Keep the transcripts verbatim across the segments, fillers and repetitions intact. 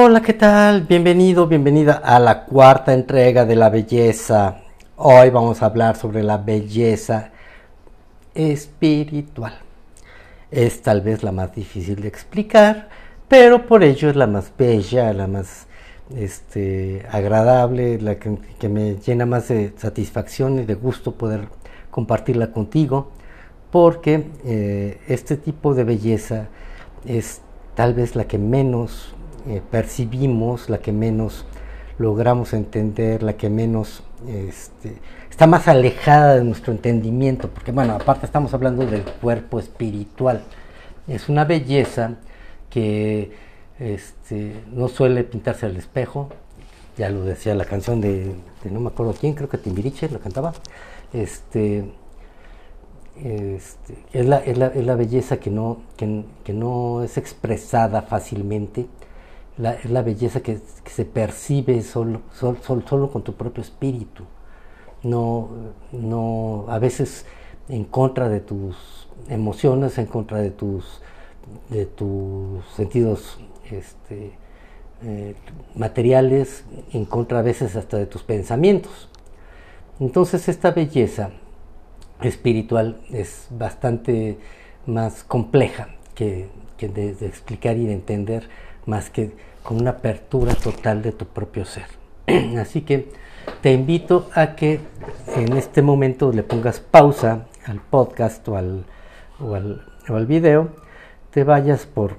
Hola, ¿qué tal? Bienvenido, bienvenida a la cuarta entrega de la belleza. Hoy vamos a hablar sobre la belleza espiritual. Es tal vez la más difícil de explicar, pero por ello es la más bella, la más este, agradable, la que, que me llena más de satisfacción y de gusto poder compartirla contigo, porque eh, este tipo de belleza es tal vez la que menos eh, percibimos, la que menos logramos entender, la que menos este, está más alejada de nuestro entendimiento, porque bueno, aparte estamos hablando del cuerpo espiritual. Es una belleza que este, no suele pintarse al espejo, ya lo decía la canción de, de no me acuerdo quién, creo que Timbiriche lo cantaba. Este, Este, es, la, es, la, es la belleza que no, que, que no es expresada fácilmente, la, es la belleza que, que se percibe solo, solo, solo, solo con tu propio espíritu, no, no, a veces en contra de tus emociones, en contra de tus, de tus sentidos este, eh, materiales, en contra a veces hasta de tus pensamientos. Entonces esta belleza espiritual es bastante más compleja que, que de, de explicar y de entender, más que con una apertura total de tu propio ser. Así que te invito a que en este momento le pongas pausa al podcast o al, o al, o al video, te vayas por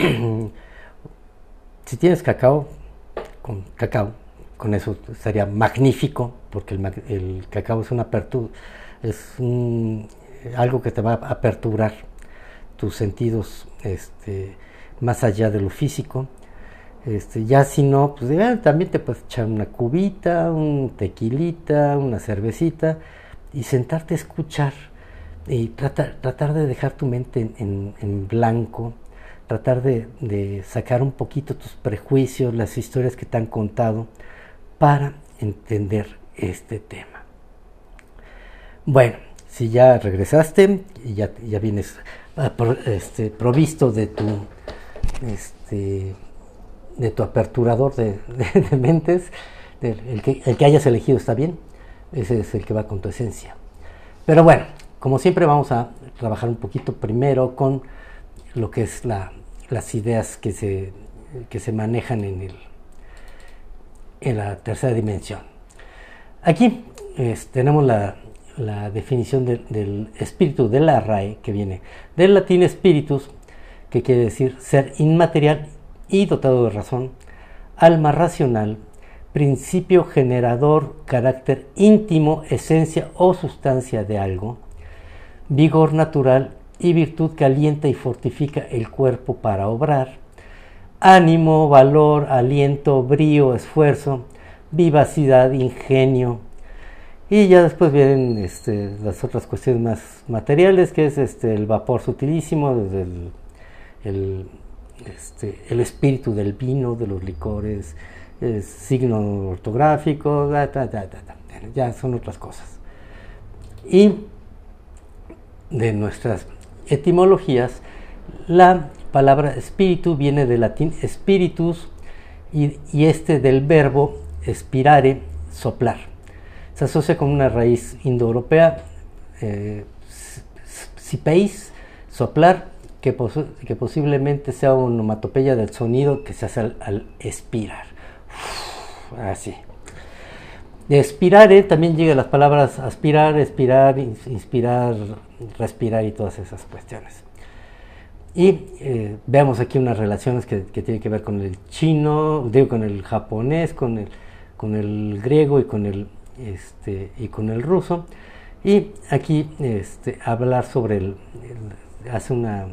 si tienes cacao, con cacao, con eso estaría magnífico, porque el, el cacao es una apertura, es un, algo que te va a aperturar tus sentidos este, más allá de lo físico. Este, ya si no, pues eh, también te puedes echar una cubita, un tequilita, una cervecita y sentarte a escuchar y tratar, tratar de dejar tu mente en, en, en blanco, tratar de, de sacar un poquito tus prejuicios, las historias que te han contado para entender este tema. Bueno, si ya regresaste y ya, ya vienes uh, pro, este, provisto de tu este, de tu aperturador de, de, de mentes, de, el, que, el que hayas elegido está bien, ese es el que va con tu esencia. Pero bueno, como siempre vamos a trabajar un poquito primero con lo que es la, las ideas que se, que se manejan en, el, en la tercera dimensión. Aquí es, tenemos la la definición de, del espíritu de la R A E, que viene del latín spiritus, que quiere decir ser inmaterial y dotado de razón, alma racional, principio generador, carácter íntimo, esencia o sustancia de algo, vigor natural y virtud que alienta y fortifica el cuerpo para obrar, ánimo, valor, aliento, brío, esfuerzo, vivacidad, ingenio. Y ya después vienen este, las otras cuestiones más materiales, que es este, el vapor sutilísimo, el, el, este, el espíritu del vino, de los licores, el signo ortográfico, da, da, da, da, da. Ya son otras cosas. Y de nuestras etimologías, la palabra espíritu viene del latín spiritus y, y este del verbo spirare, soplar. Se asocia con una raíz indoeuropea, eh, sipeis, soplar, que, pos que posiblemente sea una onomatopeya del sonido que se hace al, al expirar. Uf, así. De expirare también llegan las palabras aspirar, expirar, inspirar, respirar y todas esas cuestiones. Y eh, veamos aquí unas relaciones que, que tienen que ver con el chino, digo, con el japonés, con el, con el griego y con el Este, y con el ruso, y aquí este, hablar sobre el, el hace una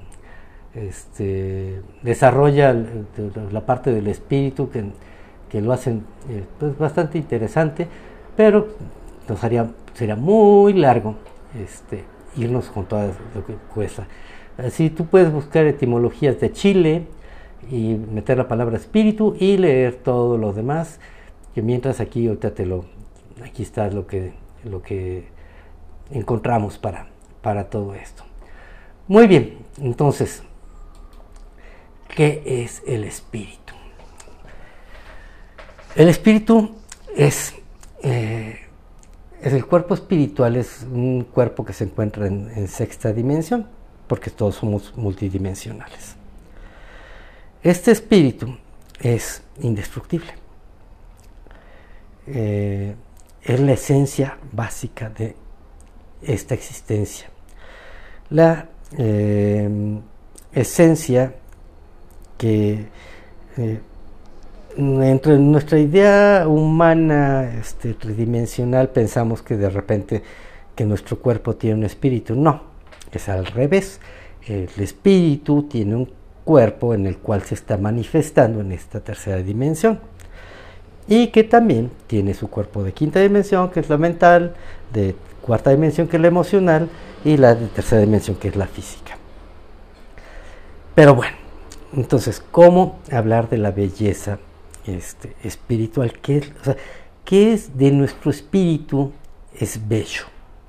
este, desarrolla el, la parte del espíritu que, que lo hacen eh, pues bastante interesante, pero nos haría, sería muy largo este, irnos con todo lo que cuesta. Así tú puedes buscar etimologías de Chile y meter la palabra espíritu y leer todo lo demás, que mientras aquí ahorita te lo aquí está lo que, lo que encontramos para, para todo esto. Muy bien, entonces, ¿qué es el espíritu? El espíritu es, eh, es el cuerpo espiritual, es un cuerpo que se encuentra en, en sexta dimensión, porque todos somos multidimensionales. Este espíritu es indestructible. Eh, es la esencia básica de esta existencia. La eh, esencia que eh, entre nuestra idea humana este, tridimensional pensamos que de repente que nuestro cuerpo tiene un espíritu. No, es al revés. El espíritu tiene un cuerpo en el cual se está manifestando en esta tercera dimensión y que también tiene su cuerpo de quinta dimensión, que es la mental, de cuarta dimensión, que es la emocional, y la de tercera dimensión, que es la física. Pero bueno, entonces, ¿cómo hablar de la belleza este, espiritual? ¿Qué es, o sea, ¿qué es de nuestro espíritu es bello?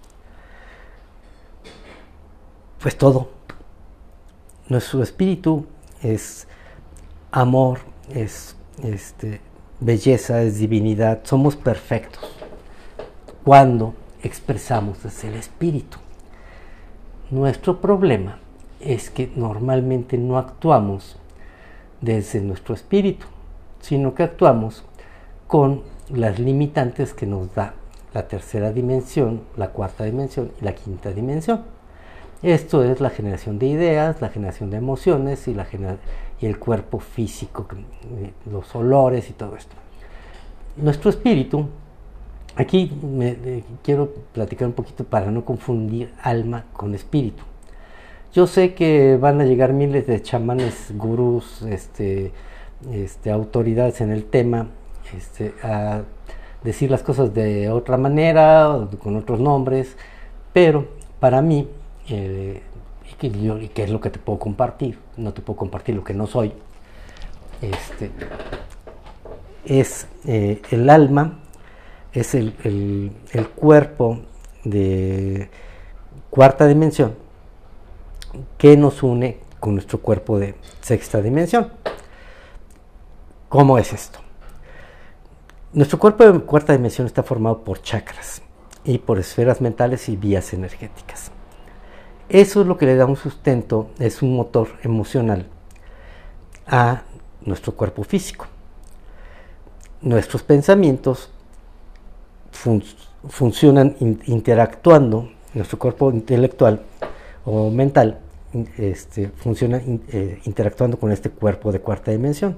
Pues todo. Nuestro espíritu es amor, es este, belleza, es divinidad. Somos perfectos cuando expresamos desde el espíritu. Nuestro problema es que normalmente no actuamos desde nuestro espíritu, sino que actuamos con las limitantes que nos da la tercera dimensión, la cuarta dimensión y la quinta dimensión. Esto es la generación de ideas, la generación de emociones y, la gener- y el cuerpo físico, los olores y todo esto. Nuestro espíritu, aquí me, eh, quiero platicar un poquito para no confundir alma con espíritu. Yo sé que van a llegar miles de chamanes, gurús, este, este, autoridades en el tema, este, a decir las cosas de otra manera, con otros nombres, pero para mí, Eh, y, que yo, y que es lo que te puedo compartir, no te puedo compartir lo que no soy, este, es eh, el alma, es el, el, el cuerpo de cuarta dimensión que nos une con nuestro cuerpo de sexta dimensión. ¿Cómo es esto? Nuestro cuerpo de cuarta dimensión está formado por chakras y por esferas mentales y vías energéticas. Eso es lo que le da un sustento, es un motor emocional a nuestro cuerpo físico. Nuestros pensamientos fun- funcionan in- interactuando, nuestro cuerpo intelectual o mental este, funciona in- eh, interactuando con este cuerpo de cuarta dimensión.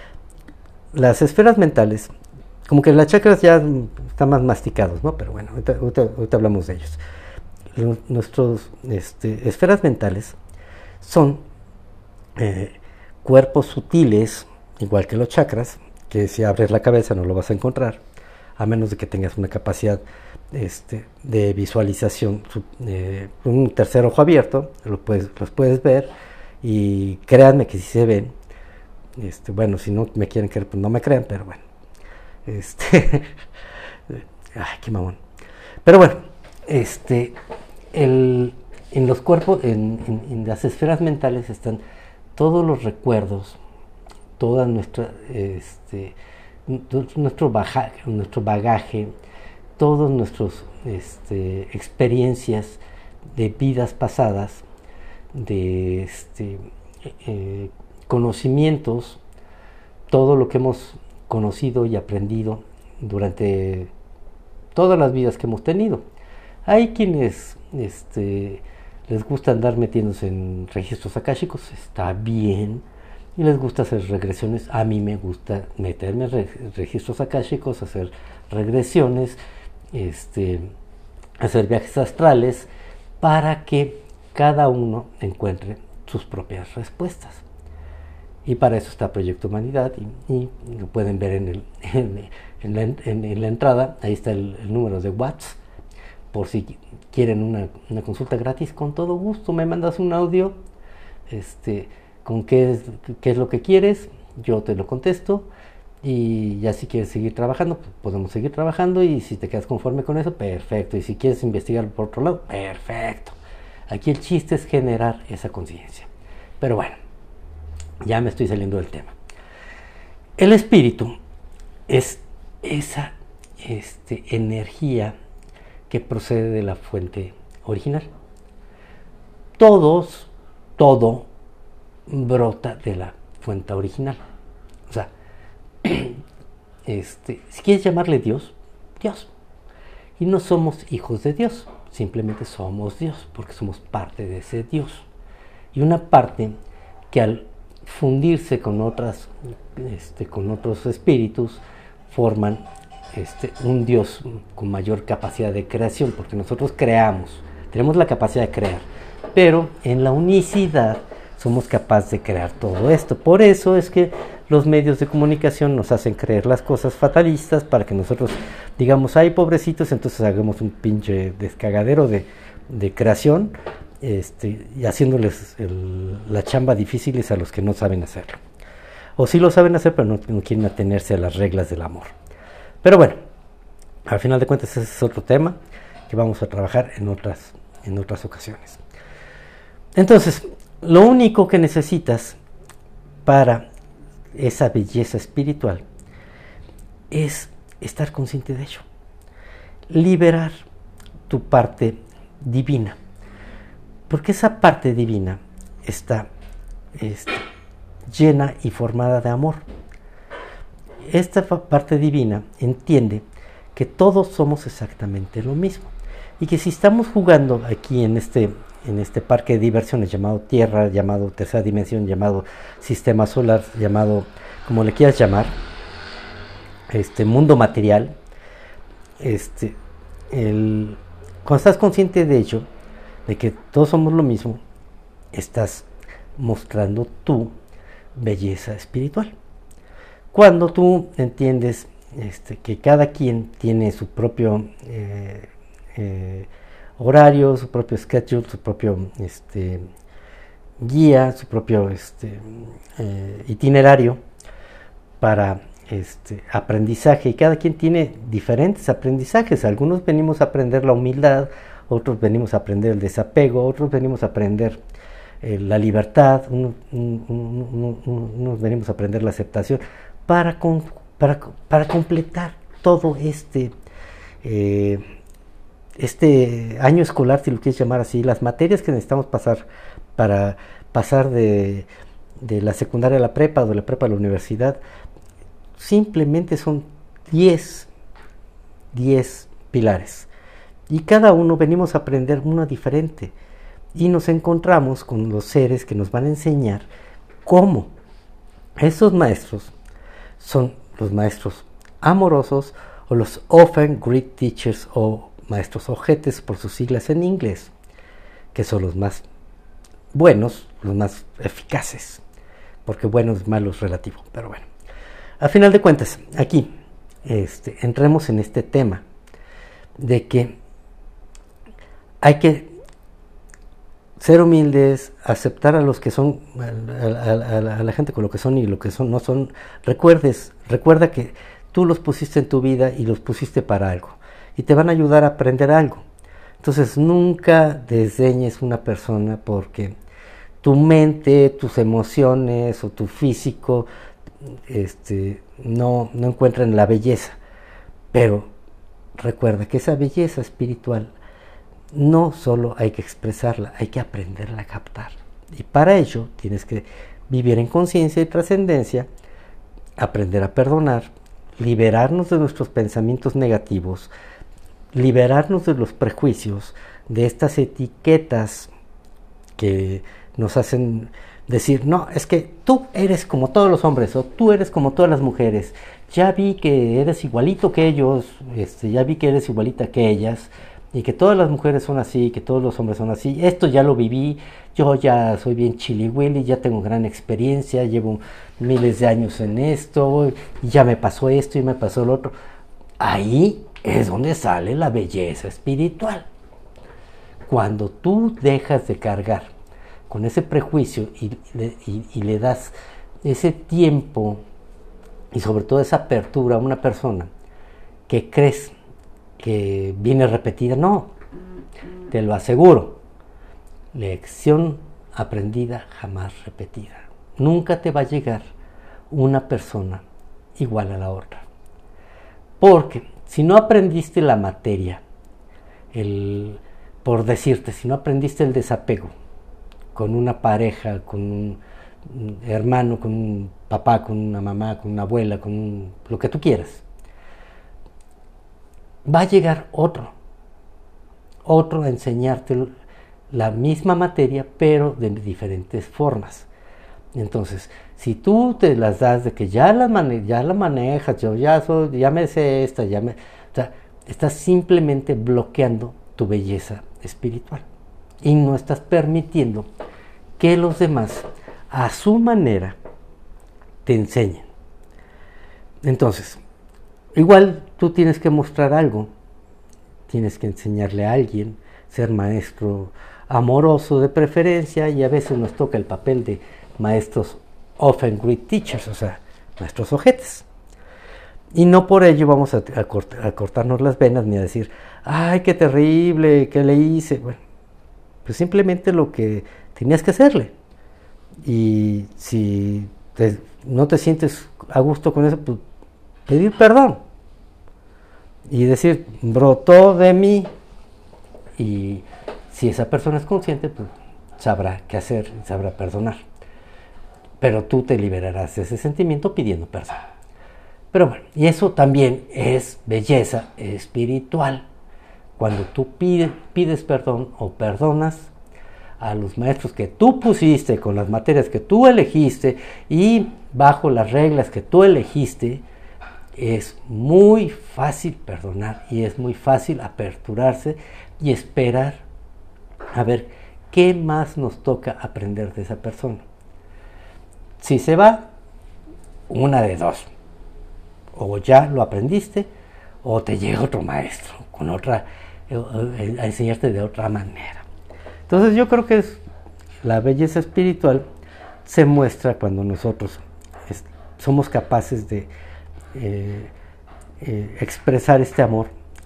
Las esferas mentales, como que las chakras ya están más masticados, ¿no? Pero bueno, ahorita, ahorita, ahorita hablamos de ellos. Nuestras este, esferas mentales son eh, cuerpos sutiles, igual que los chakras, que si abres la cabeza no lo vas a encontrar, a menos de que tengas una capacidad este, de visualización, eh, un tercer ojo abierto, lo puedes, los puedes ver, y créanme que si se ven, este, bueno, si no me quieren creer, pues no me crean, pero bueno, este, ay, qué mamón, pero bueno, este, el, en los cuerpos, en, en, en las esferas mentales están todos los recuerdos, toda nuestra, este, nuestro, baja, nuestro bagaje, todas nuestras este, experiencias de vidas pasadas, de este, eh, conocimientos, todo lo que hemos conocido y aprendido durante todas las vidas que hemos tenido. Hay quienes este, les gusta andar metiéndose en registros akáshicos, está bien, y les gusta hacer regresiones. A mí me gusta meterme en re- registros akáshicos, hacer regresiones, este, hacer viajes astrales, para que cada uno encuentre sus propias respuestas. Y para eso está Proyecto Humanidad, y, y lo pueden ver en, el, en, en, la, en, en la entrada, ahí está el, el número de WhatsApp, por si quieren una, una consulta gratis, con todo gusto me mandas un audio este, con qué es, qué es lo que quieres, yo te lo contesto, y ya si quieres seguir trabajando, pues podemos seguir trabajando, y si te quedas conforme con eso, perfecto, y si quieres investigar por otro lado, perfecto. Aquí el chiste es generar esa conciencia. Pero bueno, ya me estoy saliendo del tema. El espíritu es esa este, energía que procede de la fuente original. Todos, todo brota de la fuente original. O sea, este, si quieres llamarle Dios, Dios. Y no somos hijos de Dios, simplemente somos Dios, porque somos parte de ese Dios. Y una parte que al fundirse con otras, este, con otros espíritus, forman este, un Dios con mayor capacidad de creación, porque nosotros creamos, tenemos la capacidad de crear, pero en la unicidad somos capaces de crear todo esto. Por eso es que los medios de comunicación nos hacen creer las cosas fatalistas para que nosotros digamos, ay, pobrecitos, entonces hagamos un pinche descagadero de, de creación, este, y haciéndoles el, la chamba difíciles a los que no saben hacerlo. O sí lo saben hacer, pero no, no quieren atenerse a las reglas del amor. Pero bueno, al final de cuentas ese es otro tema que vamos a trabajar en otras, en otras ocasiones. Entonces, lo único que necesitas para esa belleza espiritual es estar consciente de ello, liberar tu parte divina, porque esa parte divina está, está llena y formada de amor. Esta parte divina entiende que todos somos exactamente lo mismo y que si estamos jugando aquí en este, en este parque de diversiones llamado Tierra, llamado tercera dimensión, llamado sistema solar, llamado como le quieras llamar, este mundo material, este, el, cuando estás consciente de ello, de que todos somos lo mismo, estás mostrando tu belleza espiritual. Cuando tú entiendes este, que cada quien tiene su propio eh, eh, horario, su propio schedule, su propio este, guía, su propio este, eh, itinerario para este, aprendizaje, y cada quien tiene diferentes aprendizajes. Algunos venimos a aprender la humildad, otros venimos a aprender el desapego, otros venimos a aprender eh, la libertad, unos, un, un, un, unos venimos a aprender la aceptación, para, con, para, para completar todo este, eh, este año escolar, si lo quieres llamar así, las materias que necesitamos pasar para pasar de, de la secundaria a la prepa, o de la prepa a la universidad. Simplemente son diez pilares y cada uno venimos a aprender uno diferente y nos encontramos con los seres que nos van a enseñar cómo. Esos maestros son los maestros amorosos o los Orphan Great Teachers o maestros ojetes por sus siglas en inglés, que son los más buenos, los más eficaces, porque bueno es malo es relativo, pero bueno. A final de cuentas, aquí este, entremos en este tema de que hay que ser humildes, aceptar a los que son, a, a, a, a la gente con lo que son y lo que son no son. Recuerdes, recuerda que tú los pusiste en tu vida y los pusiste para algo y te van a ayudar a aprender algo. Entonces nunca desdeñes una persona porque tu mente, tus emociones o tu físico Este, no, no encuentran la belleza, pero recuerda que esa belleza espiritual no solo hay que expresarla, hay que aprenderla a captar, y para ello tienes que vivir en conciencia y trascendencia, aprender a perdonar, liberarnos de nuestros pensamientos negativos, liberarnos de los prejuicios, de estas etiquetas que nos hacen decir, no, es que tú eres como todos los hombres, o tú eres como todas las mujeres, ya vi que eres igualito que ellos, este, ya vi que eres igualita que ellas, y que todas las mujeres son así, que todos los hombres son así, esto ya lo viví, yo ya soy bien chili willy, ya tengo gran experiencia, llevo miles de años en esto, y ya me pasó esto y me pasó lo otro. Ahí es donde sale la belleza espiritual. Cuando tú dejas de cargar con ese prejuicio y, y, y le das ese tiempo y sobre todo esa apertura a una persona que crees que viene repetida, no, te lo aseguro, lección aprendida jamás repetida. Nunca te va a llegar una persona igual a la otra. Porque si no aprendiste la materia, el, por decirte, si no aprendiste el desapego con una pareja, con un, un hermano, con un papá, con una mamá, con una abuela, con un, lo que tú quieras, va a llegar otro, otro a enseñarte la misma materia, pero de diferentes formas. Entonces, si tú te las das de que ya la, mane ya la manejas, yo ya, soy, ya me sé esta, ya me... O sea, estás simplemente bloqueando tu belleza espiritual y no estás permitiendo que los demás, a su manera, te enseñen. Entonces, igual tú tienes que mostrar algo, tienes que enseñarle a alguien, ser maestro amoroso de preferencia, y a veces nos toca el papel de maestros often great teachers, o sea, maestros ojetes. Y no por ello vamos a, a, cort a cortarnos las venas ni a decir, ay, qué terrible, qué le hice. Bueno, pues simplemente lo que tenías que hacerle. Y si te, no te sientes a gusto con eso, pues pedir perdón. Y decir, brotó de mí. Y si esa persona es consciente, pues sabrá qué hacer, sabrá perdonar. Pero tú te liberarás de ese sentimiento pidiendo perdón. Pero bueno, y eso también es belleza espiritual. Cuando tú pides, pides perdón o perdonas a los maestros que tú pusiste, con las materias que tú elegiste y bajo las reglas que tú elegiste, es muy fácil perdonar y es muy fácil aperturarse y esperar a ver qué más nos toca aprender de esa persona. Si se va, una de dos: o ya lo aprendiste, o te llega otro maestro con otra, a enseñarte de otra manera. Entonces yo creo que es, la belleza espiritual se muestra cuando nosotros es, somos capaces de eh, eh, expresar este amor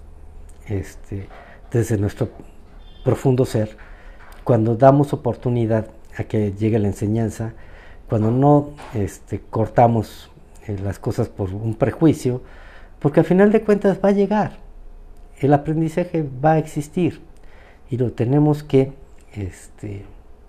este, desde nuestro profundo ser, cuando damos oportunidad a que llegue la enseñanza, cuando no este, cortamos eh, las cosas por un prejuicio, porque al final de cuentas va a llegar, el aprendizaje va a existir y lo tenemos que este,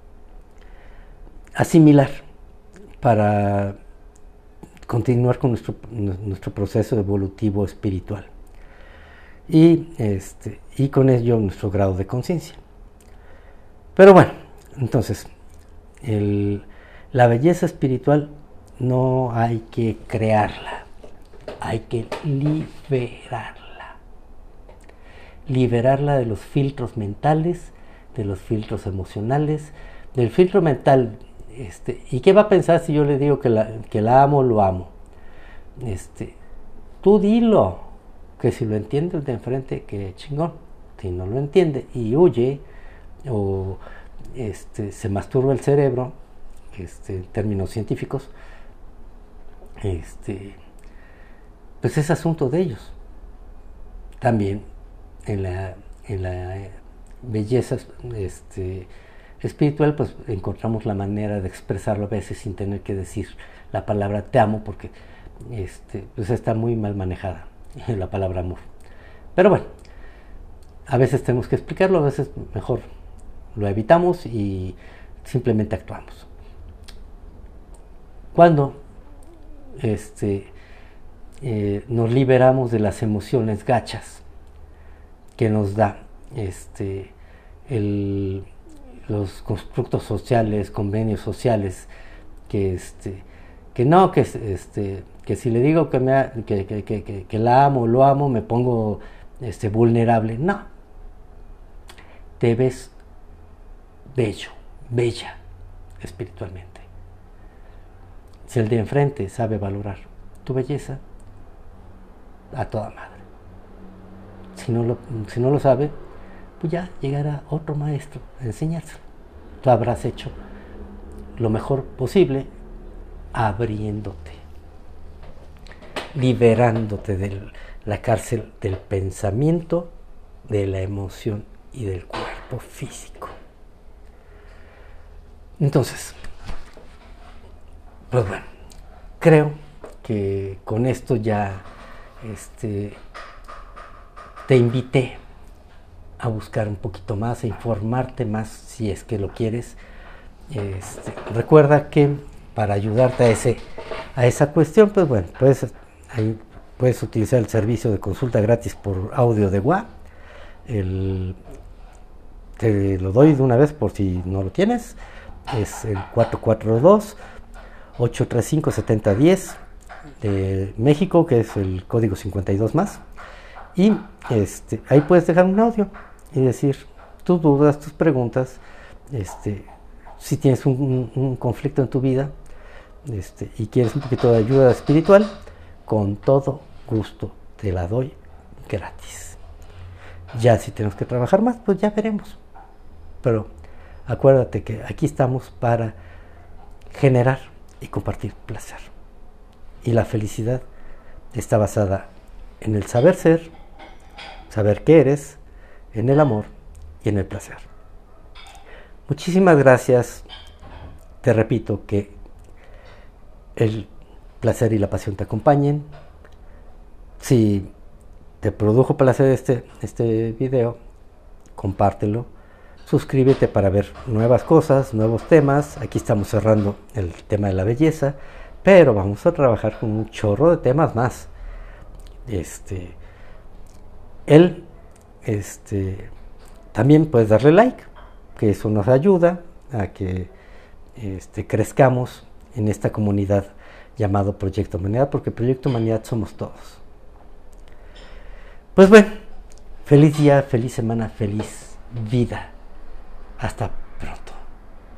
asimilar para continuar con nuestro, nuestro proceso evolutivo espiritual y, este, y con ello nuestro grado de conciencia. Pero bueno, entonces el, la belleza espiritual no hay que crearla, hay que liberarla. Liberarla de los filtros mentales, de los filtros emocionales, del filtro mental. Este, ¿y qué va a pensar si yo le digo que la, que la amo, lo amo? Este, tú dilo, que si lo entiende el de enfrente, que chingón. Si no lo entiende y huye, o este, se masturba el cerebro, este, en términos científicos, este, pues es asunto de ellos. También en la, en la belleza este, espiritual, pues encontramos la manera de expresarlo a veces sin tener que decir la palabra te amo, porque este, pues está muy mal manejada la palabra amor. Pero bueno, a veces tenemos que explicarlo, a veces mejor lo evitamos y simplemente actuamos. Cuando este, eh, nos liberamos de las emociones gachas que nos da este, el, los constructos sociales, convenios sociales, que, este, que no, que, este, que si le digo que, me, que, que, que, que la amo, lo amo, me pongo este, vulnerable. No, te ves bello, bella espiritualmente. Si el de enfrente sabe valorar tu belleza, a toda madre. Si no lo, si no lo sabe, pues ya llegará otro maestro a enseñárselo. Tú habrás hecho lo mejor posible abriéndote, liberándote de la cárcel del pensamiento, de la emoción y del cuerpo físico. Entonces, pues bueno, creo que con esto ya este, te invité a buscar un poquito más, a informarte más si es que lo quieres. Este, recuerda que para ayudarte a, ese, a esa cuestión, pues bueno, puedes, ahí puedes utilizar el servicio de consulta gratis por audio de W A. El, te lo doy de una vez por si no lo tienes. Es el cuatro cuatro dos, ocho tres cinco, siete cero uno cero de México, que es el código cincuenta y dos más. Y este, ahí puedes dejar un audio y decir tus dudas, tus preguntas, este, si tienes un, un, un conflicto en tu vida, este, y quieres un poquito de ayuda espiritual, con todo gusto te la doy gratis. Ya si tenemos que trabajar más, pues ya veremos. Pero acuérdate que aquí estamos para generar y compartir placer. Y la felicidad está basada en el saber ser, saber qué eres, en el amor y en el placer. Muchísimas gracias. Te repito que el placer y la pasión te acompañen. Si te produjo placer este, este video, compártelo. Suscríbete para ver nuevas cosas, nuevos temas. Aquí estamos cerrando el tema de la belleza, pero vamos a trabajar con un chorro de temas más. Este, él, este, también puedes darle like, que eso nos ayuda a que este, crezcamos en esta comunidad llamado Proyecto Humanidad, porque Proyecto Humanidad somos todos. Pues bueno, feliz día, feliz semana, feliz vida. Hasta